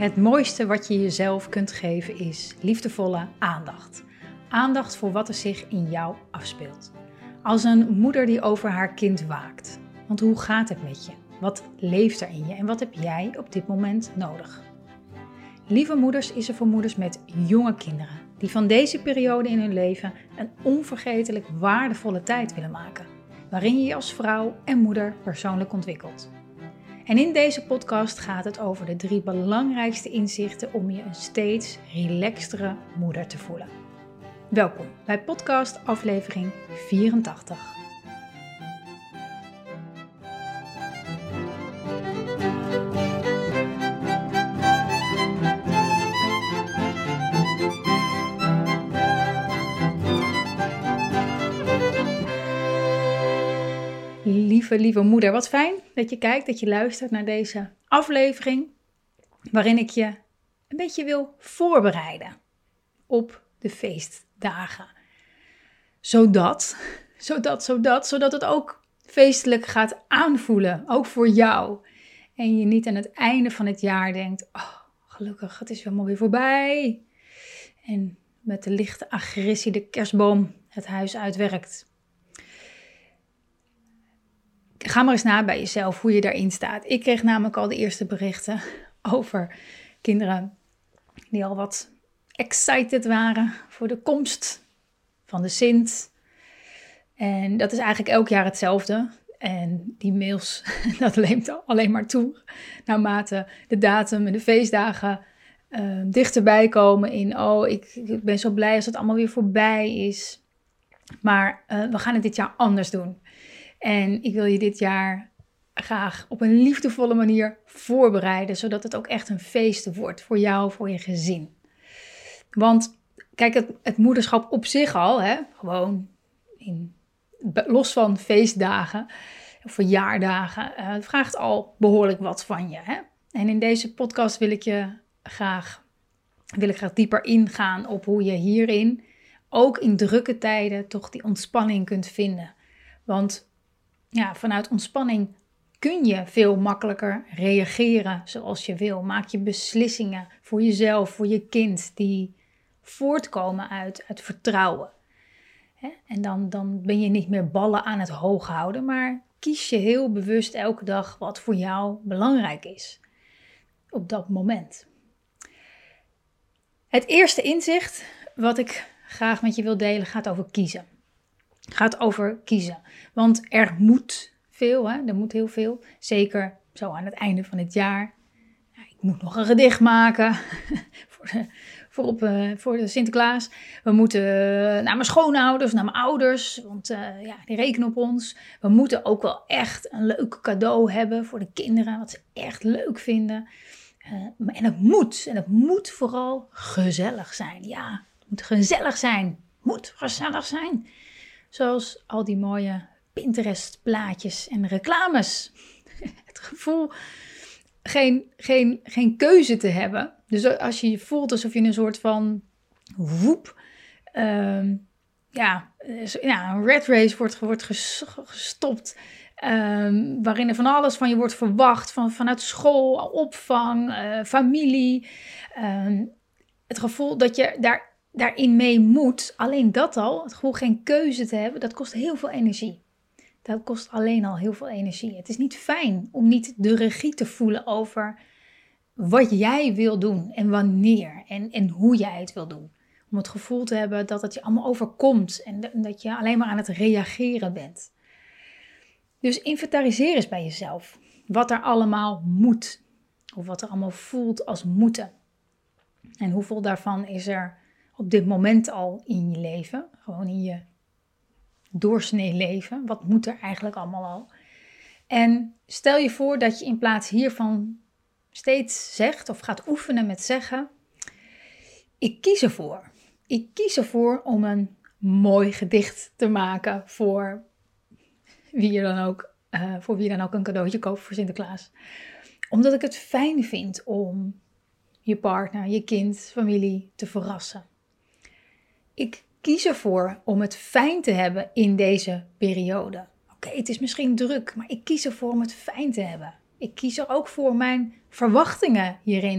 Het mooiste wat je jezelf kunt geven is liefdevolle aandacht. Aandacht voor wat er zich in jou afspeelt. Als een moeder die over haar kind waakt. Want hoe gaat het met je? Wat leeft er in je en wat heb jij op dit moment nodig? Lieve Moeders is er voor moeders met jonge kinderen. Die van deze periode in hun leven een onvergetelijk waardevolle tijd willen maken. Waarin je je als vrouw en moeder persoonlijk ontwikkelt. En in deze podcast gaat het over de 3 belangrijkste inzichten om je een steeds relaxtere moeder te voelen. Welkom bij podcast aflevering 84. Lieve moeder, wat fijn dat je kijkt, dat je luistert naar deze aflevering, waarin ik je een beetje wil voorbereiden op de feestdagen. Zodat het ook feestelijk gaat aanvoelen, ook voor jou. En je niet aan het einde van het jaar denkt, oh gelukkig, het is helemaal weer voorbij. En met de lichte agressie de kerstboom het huis uitwerkt. Ga maar eens na bij jezelf hoe je daarin staat. Ik kreeg namelijk al de eerste berichten over kinderen die al wat excited waren voor de komst van de Sint. En dat is eigenlijk elk jaar hetzelfde. En die mails, dat neemt alleen maar toe. Naarmate de datum en de feestdagen dichterbij komen ik ben zo blij als het allemaal weer voorbij is. Maar we gaan het dit jaar anders doen. En ik wil je dit jaar graag op een liefdevolle manier voorbereiden, zodat het ook echt een feest wordt voor jou, voor je gezin. Want kijk, het moederschap op zich al, gewoon los van feestdagen of verjaardagen, vraagt al behoorlijk wat van je. Hè? En in deze podcast wil ik graag dieper ingaan op hoe je hierin, ook in drukke tijden, toch die ontspanning kunt vinden. Want ja, vanuit ontspanning kun je veel makkelijker reageren zoals je wil. Maak je beslissingen voor jezelf, voor je kind, die voortkomen uit vertrouwen. En dan ben je niet meer ballen aan het hoog houden, maar kies je heel bewust elke dag wat voor jou belangrijk is op dat moment. Het eerste inzicht wat ik graag met je wil delen gaat over kiezen. Gaat over kiezen. Want er moet veel, er moet heel veel. Zeker zo aan het einde van het jaar. Ik moet nog een gedicht maken voor de Sinterklaas. We moeten naar mijn schoonouders, naar mijn ouders. Want die rekenen op ons. We moeten ook wel echt een leuk cadeau hebben voor de kinderen. Wat ze echt leuk vinden. En het moet vooral gezellig zijn. Ja, het moet gezellig zijn. Moet gezellig zijn. Zoals al die mooie Pinterest-plaatjes en reclames. Het gevoel geen keuze te hebben. Dus als je je voelt alsof je een soort van een rat race wordt gestopt. Waarin er van alles van je wordt verwacht. Vanuit school, opvang, familie. Het gevoel dat je daarin mee moet, alleen dat al, het gevoel geen keuze te hebben, dat kost heel veel energie. Dat kost alleen al heel veel energie. Het is niet fijn om niet de regie te voelen over wat jij wil doen en wanneer en hoe jij het wil doen. Om het gevoel te hebben dat het je allemaal overkomt en dat je alleen maar aan het reageren bent. Dus inventariseer eens bij jezelf wat er allemaal moet. Of wat er allemaal voelt als moeten. En hoeveel daarvan is er op dit moment al in je leven, gewoon in je doorsnee leven. Wat moet er eigenlijk allemaal al? En stel je voor dat je in plaats hiervan steeds zegt of gaat oefenen met zeggen, ik kies ervoor. Ik kies ervoor om een mooi gedicht te maken voor wie je dan ook een cadeautje koopt voor Sinterklaas. Omdat ik het fijn vind om je partner, je kind, familie te verrassen. Ik kies ervoor om het fijn te hebben in deze periode. Oké, het is misschien druk, maar ik kies ervoor om het fijn te hebben. Ik kies er ook voor mijn verwachtingen hierin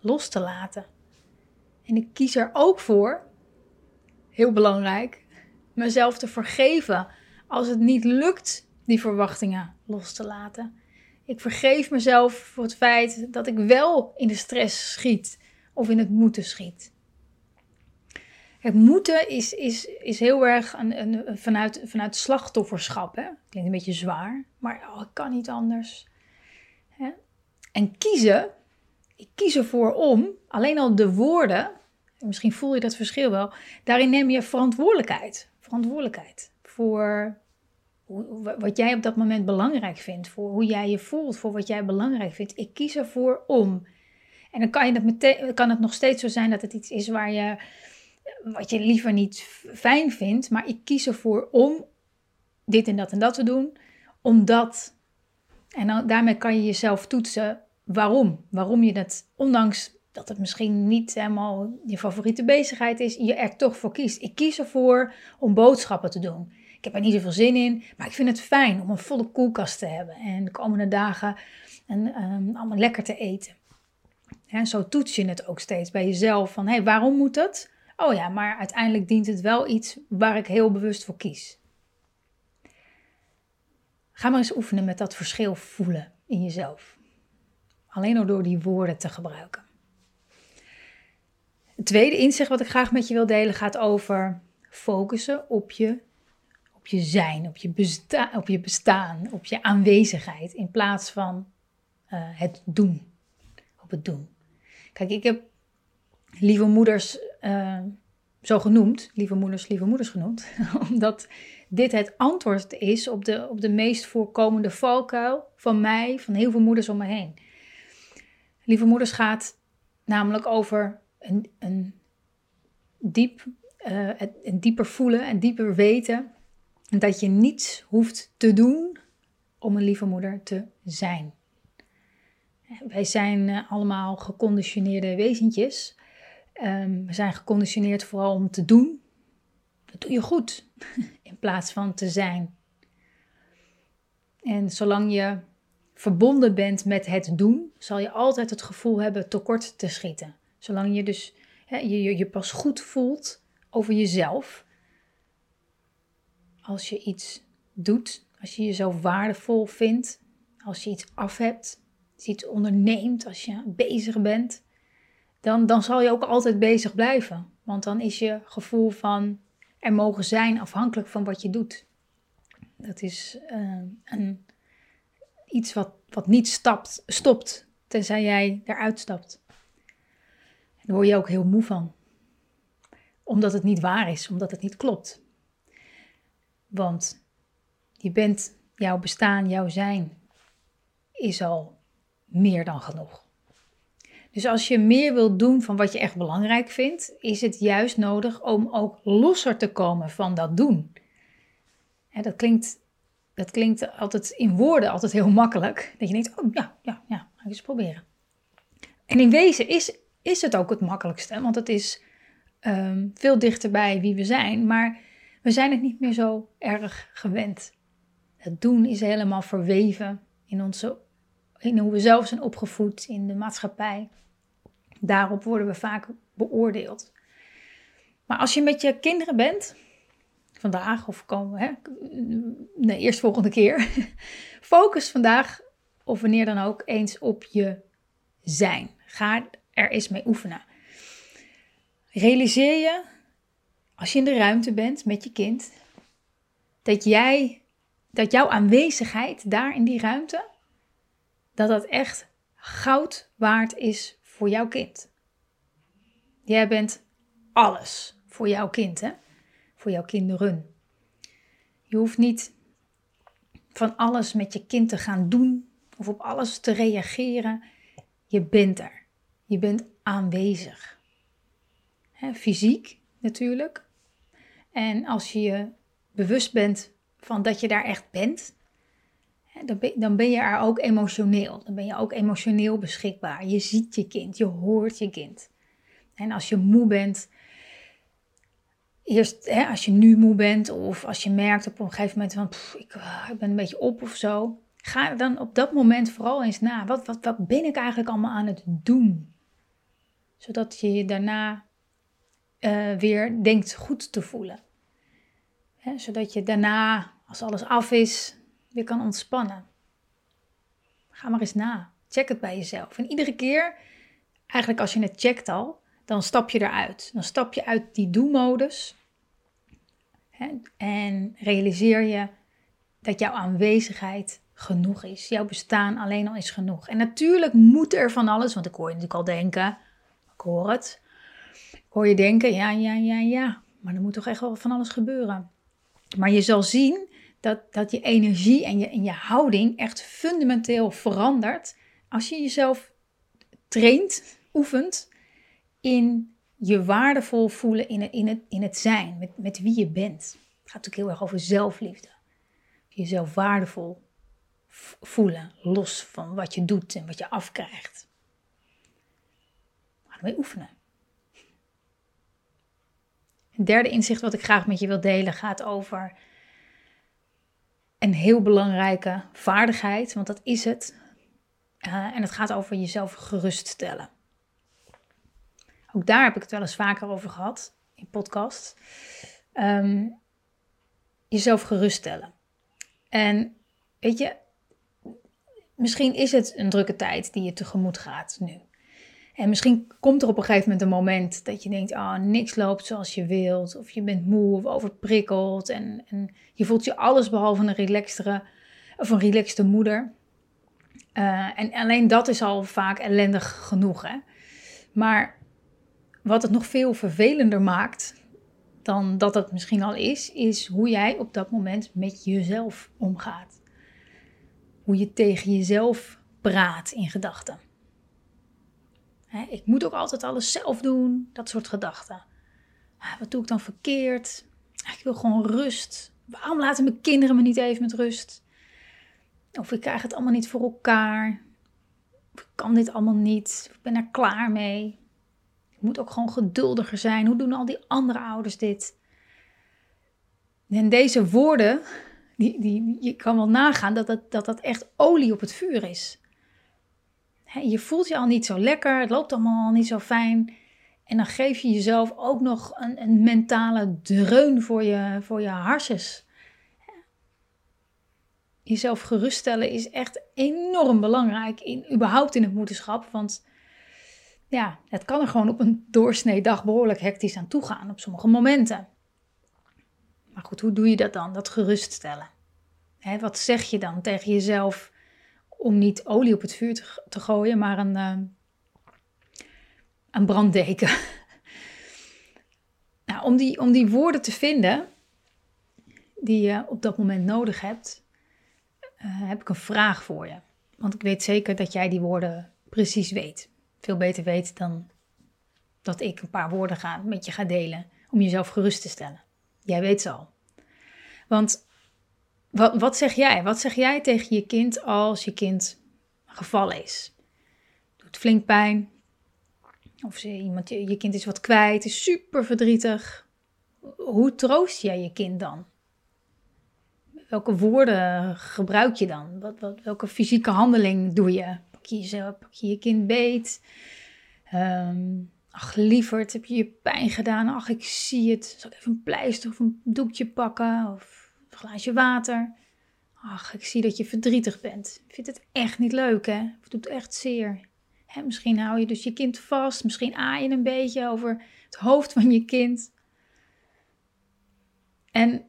los te laten. En ik kies er ook voor, heel belangrijk, mezelf te vergeven als het niet lukt die verwachtingen los te laten. Ik vergeef mezelf voor het feit dat ik wel in de stress schiet of in het moeten schiet. Het moeten is heel erg vanuit slachtofferschap. Hè? Klinkt een beetje zwaar, maar ik kan niet anders. Hè? En ik kies ervoor om, alleen al de woorden, misschien voel je dat verschil wel, daarin neem je verantwoordelijkheid. Verantwoordelijkheid voor wat jij op dat moment belangrijk vindt, voor hoe jij je voelt, voor wat jij belangrijk vindt. Ik kies ervoor om. En dan kan het nog steeds zo zijn dat het iets is wat je liever niet fijn vindt, maar ik kies ervoor om dit en dat te doen, omdat. En daarmee kan je jezelf toetsen waarom je dat, ondanks dat het misschien niet helemaal je favoriete bezigheid is, je er toch voor kiest. Ik kies ervoor om boodschappen te doen. Ik heb er niet zoveel zin in, maar ik vind het fijn om een volle koelkast te hebben en de komende dagen allemaal lekker te eten. En zo toets je het ook steeds bij jezelf van, waarom moet het? Oh ja, maar uiteindelijk dient het wel iets waar ik heel bewust voor kies. Ga maar eens oefenen met dat verschil voelen in jezelf. Alleen al door die woorden te gebruiken. Het tweede inzicht wat ik graag met je wil delen gaat over focussen op je zijn, op je bestaan, op je aanwezigheid in plaats van het doen. Op het doen. Kijk, ik heb lieve moeders zo genoemd, lieve moeders genoemd, omdat dit het antwoord is op de meest voorkomende valkuil van mij, van heel veel moeders om me heen. Lieve moeders gaat namelijk over een dieper voelen en dieper weten dat je niets hoeft te doen om een lieve moeder te zijn. Wij zijn allemaal geconditioneerde wezentjes. We zijn geconditioneerd vooral om te doen. Dat doe je goed, in plaats van te zijn. En zolang je verbonden bent met het doen, zal je altijd het gevoel hebben tekort te schieten. Zolang je dus je pas goed voelt over jezelf. Als je iets doet, als je jezelf waardevol vindt, als je iets af hebt, als je iets onderneemt, als je bezig bent, dan zal je ook altijd bezig blijven. Want dan is je gevoel van er mogen zijn afhankelijk van wat je doet. Dat is iets wat niet stopt, tenzij jij eruit stapt. Daar word je ook heel moe van. Omdat het niet waar is, omdat het niet klopt. Want jouw bestaan, jouw zijn, is al meer dan genoeg. Dus als je meer wilt doen van wat je echt belangrijk vindt, is het juist nodig om ook losser te komen van dat doen. En dat klinkt altijd in woorden altijd heel makkelijk. Dat je denkt, ga ik eens proberen. En in wezen is het ook het makkelijkste, want het is veel dichterbij wie we zijn. Maar we zijn het niet meer zo erg gewend. Het doen is helemaal verweven in hoe we zelf zijn opgevoed in de maatschappij. Daarop worden we vaak beoordeeld. Maar als je met je kinderen bent, vandaag of eerst volgende keer, focus vandaag of wanneer dan ook eens op je zijn. Ga er eens mee oefenen. Realiseer je, als je in de ruimte bent met je kind, dat jouw aanwezigheid daar in die ruimte, dat echt goud waard is voor jouw kind. Jij bent alles voor jouw kind, hè? Voor jouw kinderen. Je hoeft niet van alles met je kind te gaan doen of op alles te reageren. Je bent er. Je bent aanwezig. Fysiek natuurlijk. En als je je bewust bent van dat je daar echt bent, dan ben je er ook emotioneel. Dan ben je ook emotioneel beschikbaar. Je ziet je kind, je hoort je kind. En als je moe bent, als je nu moe bent of als je merkt op een gegeven moment van ik ben een beetje op of zo, ga dan op dat moment vooral eens na. Wat ben ik eigenlijk allemaal aan het doen? Zodat je je daarna weer denkt goed te voelen. Zodat je daarna, als alles af is, weer kan ontspannen. Ga maar eens na. Check het bij jezelf. En iedere keer, eigenlijk als je het checkt al, dan stap je eruit. Dan stap je uit die do-modus. En realiseer je dat jouw aanwezigheid genoeg is. Jouw bestaan alleen al is genoeg. En natuurlijk moet er van alles, want ik hoor je natuurlijk al denken, ik hoor het. Ik hoor je denken, ja, maar er moet toch echt wel van alles gebeuren. Maar je zal zien dat je energie en je houding echt fundamenteel verandert als je jezelf traint, oefent in je waardevol voelen in het zijn, met wie je bent. Het gaat natuurlijk heel erg over zelfliefde. Jezelf waardevol voelen, los van wat je doet en wat je afkrijgt. Ga ermee oefenen. Het derde inzicht wat ik graag met je wil delen gaat over een heel belangrijke vaardigheid, want dat is het. En het gaat over jezelf geruststellen. Ook daar heb ik het wel eens vaker over gehad in podcast. Jezelf geruststellen. En weet je, misschien is het een drukke tijd die je tegemoet gaat nu. En misschien komt er op een gegeven moment een moment dat je denkt, niks loopt zoals je wilt. Of je bent moe of overprikkeld. En je voelt je alles behalve een relaxte moeder. En alleen dat is al vaak ellendig genoeg. Hè? Maar wat het nog veel vervelender maakt dan dat het misschien al is hoe jij op dat moment met jezelf omgaat. Hoe je tegen jezelf praat in gedachten. Ik moet ook altijd alles zelf doen, dat soort gedachten. Wat doe ik dan verkeerd? Ik wil gewoon rust. Waarom laten mijn kinderen me niet even met rust? Of ik krijg het allemaal niet voor elkaar. Of ik kan dit allemaal niet. Of ik ben er klaar mee. Ik moet ook gewoon geduldiger zijn. Hoe doen al die andere ouders dit? En deze woorden, je kan wel nagaan dat echt olie op het vuur is. Je voelt je al niet zo lekker, het loopt allemaal al niet zo fijn. En dan geef je jezelf ook nog een mentale dreun voor je harses. Jezelf geruststellen is echt enorm belangrijk, überhaupt in het moederschap. Want ja, het kan er gewoon op een doorsnee dag behoorlijk hectisch aan toe gaan op sommige momenten. Maar goed, hoe doe je dat dan, dat geruststellen? Wat zeg je dan tegen jezelf om niet olie op het vuur te gooien, maar een branddeken? Nou, om die woorden te vinden die je op dat moment nodig hebt, heb ik een vraag voor je. Want ik weet zeker dat jij die woorden precies weet. Veel beter weet dan dat ik een paar woorden met je ga delen om jezelf gerust te stellen. Jij weet ze al. Want wat zeg jij? Wat zeg jij tegen je kind als je kind gevallen is? Doet flink pijn. Of je kind is wat kwijt, is super verdrietig. Hoe troost jij je kind dan? Welke woorden gebruik je dan? Welke fysieke handeling doe je? Pak je je kind beet? Ach lieverd, heb je je pijn gedaan? Ach, ik zie het. Zal ik even een pleister of een doekje pakken? Of een glaasje water? Ach, ik zie dat je verdrietig bent. Ik vind het echt niet leuk, hè? Het doet echt zeer. Misschien hou je dus je kind vast. Misschien aai je een beetje over het hoofd van je kind. En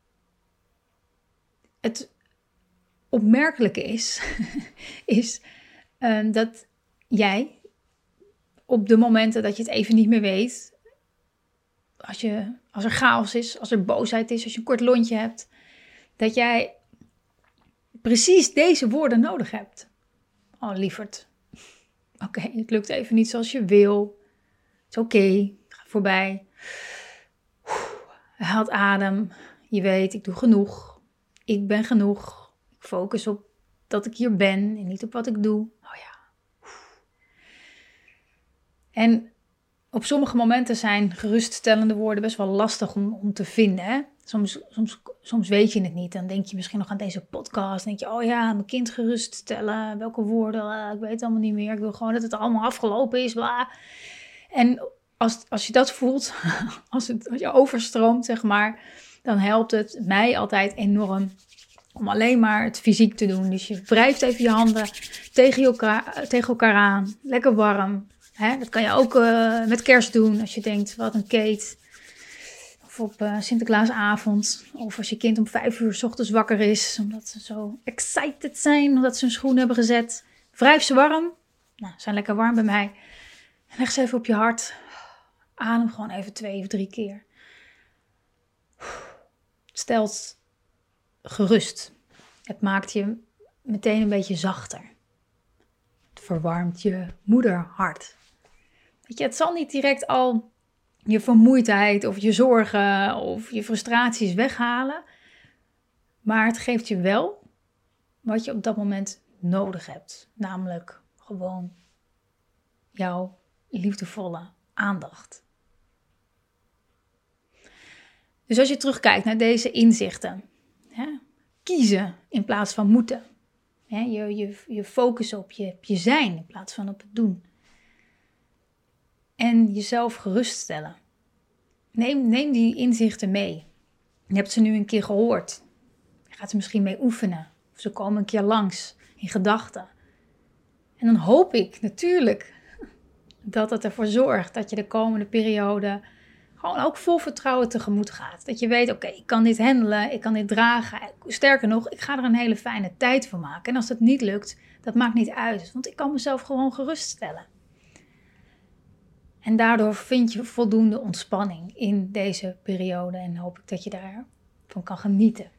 het opmerkelijke is dat jij op de momenten dat je het even niet meer weet, als er chaos is, als er boosheid is, als je een kort lontje hebt, dat jij precies deze woorden nodig hebt. Oh lieverd, oké, het lukt even niet zoals je wil. Het is oké, ga voorbij. Haal adem. Je weet, ik doe genoeg. Ik ben genoeg. Ik focus op dat ik hier ben en niet op wat ik doe. Oh ja. En op sommige momenten zijn geruststellende woorden best wel lastig om te vinden. Hè? Soms weet je het niet. Dan denk je misschien nog aan deze podcast. Dan denk je, oh ja, mijn kind geruststellen. Welke woorden? Ik weet het allemaal niet meer. Ik wil gewoon dat het allemaal afgelopen is. Bla. En als je dat voelt, als je overstroomt, zeg maar, dan helpt het mij altijd enorm om alleen maar het fysiek te doen. Dus je wrijft even je handen tegen elkaar aan. Lekker warm. Hè? Dat kan je ook met kerst doen. Als je denkt, wat een Kate. Of op Sinterklaasavond. Of als je kind om 5 uur 's ochtends wakker is. Omdat ze zo excited zijn. Omdat ze hun schoen hebben gezet. Wrijf ze warm. Nou, ze zijn lekker warm bij mij. Leg ze even op je hart. Adem gewoon even 2 of 3 keer. Het stelt gerust. Het maakt je meteen een beetje zachter. Het verwarmt je moederhart. Weet je, het zal niet direct al je vermoeidheid of je zorgen of je frustraties weghalen. Maar het geeft je wel wat je op dat moment nodig hebt. Namelijk gewoon jouw liefdevolle aandacht. Dus als je terugkijkt naar deze inzichten. Kiezen in plaats van moeten. Je focus op je zijn in plaats van op het doen. En jezelf geruststellen. Neem die inzichten mee. Je hebt ze nu een keer gehoord. Je gaat er misschien mee oefenen. Of ze komen een keer langs in gedachten. En dan hoop ik natuurlijk dat het ervoor zorgt dat je de komende periode gewoon ook vol vertrouwen tegemoet gaat. Dat je weet, oké, ik kan dit handelen, ik kan dit dragen. Sterker nog, ik ga er een hele fijne tijd van maken. En als dat niet lukt, dat maakt niet uit. Want ik kan mezelf gewoon geruststellen. En daardoor vind je voldoende ontspanning in deze periode. En hoop ik dat je daarvan kan genieten.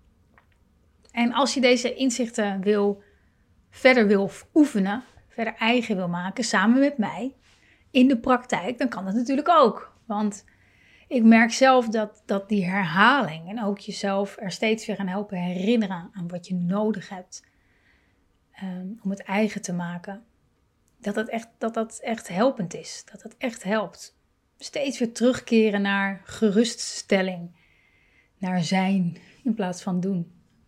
En als je deze inzichten verder wil oefenen, verder eigen wil maken, samen met mij, in de praktijk, dan kan dat natuurlijk ook. Want ik merk zelf dat die herhaling en ook jezelf er steeds weer aan helpen herinneren aan wat je nodig hebt om het eigen te maken, dat echt helpend is. Dat het echt helpt. Steeds weer terugkeren naar geruststelling, naar zijn in plaats van doen.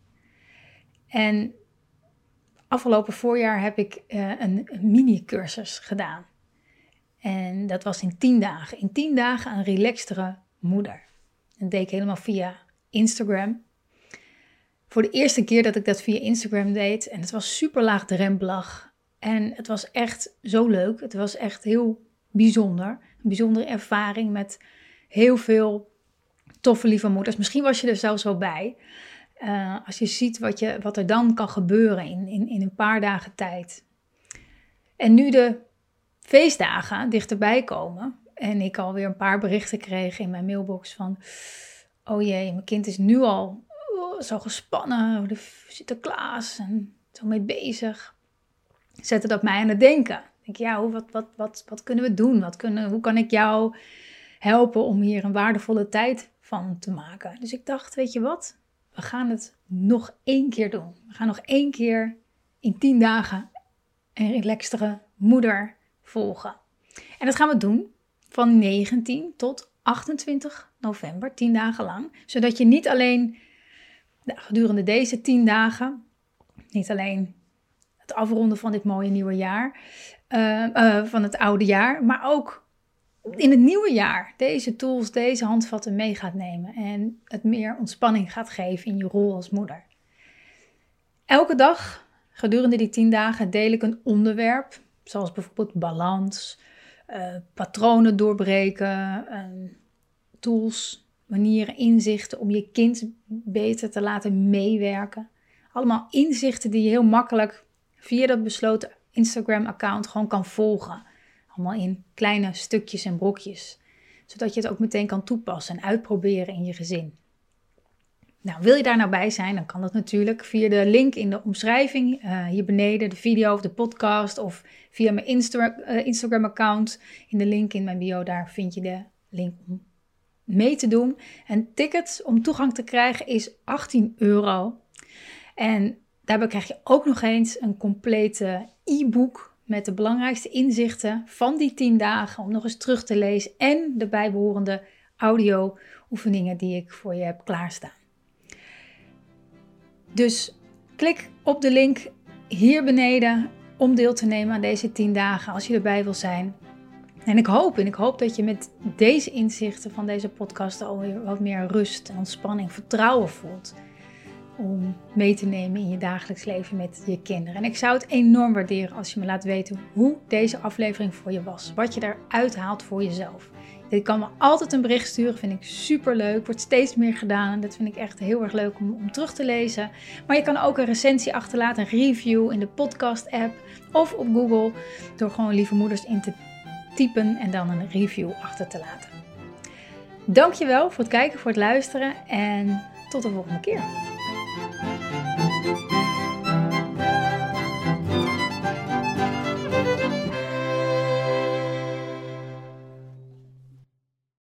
En afgelopen voorjaar heb ik een mini-cursus gedaan. En dat was in 10 dagen. In 10 dagen een relaxtere moeder. Dat deed ik helemaal via Instagram. Voor de eerste keer dat ik dat via Instagram deed. En het was super laagdrempelig. En het was echt zo leuk. Het was echt heel bijzonder. Een bijzondere ervaring met heel veel toffe lieve moeders. Misschien was je er zelfs wel bij. Als je ziet wat er dan kan gebeuren in een paar dagen tijd. En nu de feestdagen dichterbij komen en ik alweer een paar berichten kreeg in mijn mailbox van, oh jee, mijn kind is nu al zo gespannen over de Sinterklaas en zo mee bezig. Zette dat mij aan het denken. Ik denk, ja, wat kunnen we doen? Hoe kan ik jou helpen om hier een waardevolle tijd van te maken? Dus ik dacht, weet je wat? We gaan het nog 1 keer doen. We gaan nog 1 keer in 10 dagen een relaxtere moeder volgen. En dat gaan we doen van 19 tot 28 november, 10 dagen lang. Zodat je niet alleen gedurende deze 10 dagen, niet alleen het afronden van dit mooie nieuwe jaar, van het oude jaar, maar ook in het nieuwe jaar deze tools, deze handvatten mee gaat nemen. En het meer ontspanning gaat geven in je rol als moeder. Elke dag gedurende die 10 dagen deel ik een onderwerp, zoals bijvoorbeeld balans, patronen doorbreken, tools, manieren, inzichten om je kind beter te laten meewerken. Allemaal inzichten die je heel makkelijk via dat besloten Instagram-account gewoon kan volgen. Allemaal in kleine stukjes en brokjes, zodat je het ook meteen kan toepassen en uitproberen in je gezin. Nou, wil je daar nou bij zijn, dan kan dat natuurlijk via de link in de omschrijving, hier beneden, de video of de podcast, of via mijn Instagram-account. In de link in mijn bio, daar vind je de link om mee te doen. En tickets om toegang te krijgen is €18. En daarbij krijg je ook nog eens een complete e-book met de belangrijkste inzichten van die 10 dagen om nog eens terug te lezen en de bijbehorende audio-oefeningen die ik voor je heb klaarstaan. Dus klik op de link hier beneden om deel te nemen aan deze 10 dagen als je erbij wil zijn. En ik hoop dat je met deze inzichten van deze podcast alweer wat meer rust, ontspanning, vertrouwen voelt. Om mee te nemen in je dagelijks leven met je kinderen. En ik zou het enorm waarderen als je me laat weten hoe deze aflevering voor je was. Wat je daaruit haalt voor jezelf. Je kan me altijd een bericht sturen, vind ik super leuk. Wordt steeds meer gedaan en dat vind ik echt heel erg leuk om terug te lezen. Maar je kan ook een recensie achterlaten, een review in de podcast app of op Google. Door gewoon Lieve Moeders in te typen en dan een review achter te laten. Dankjewel voor het kijken, voor het luisteren en tot de volgende keer.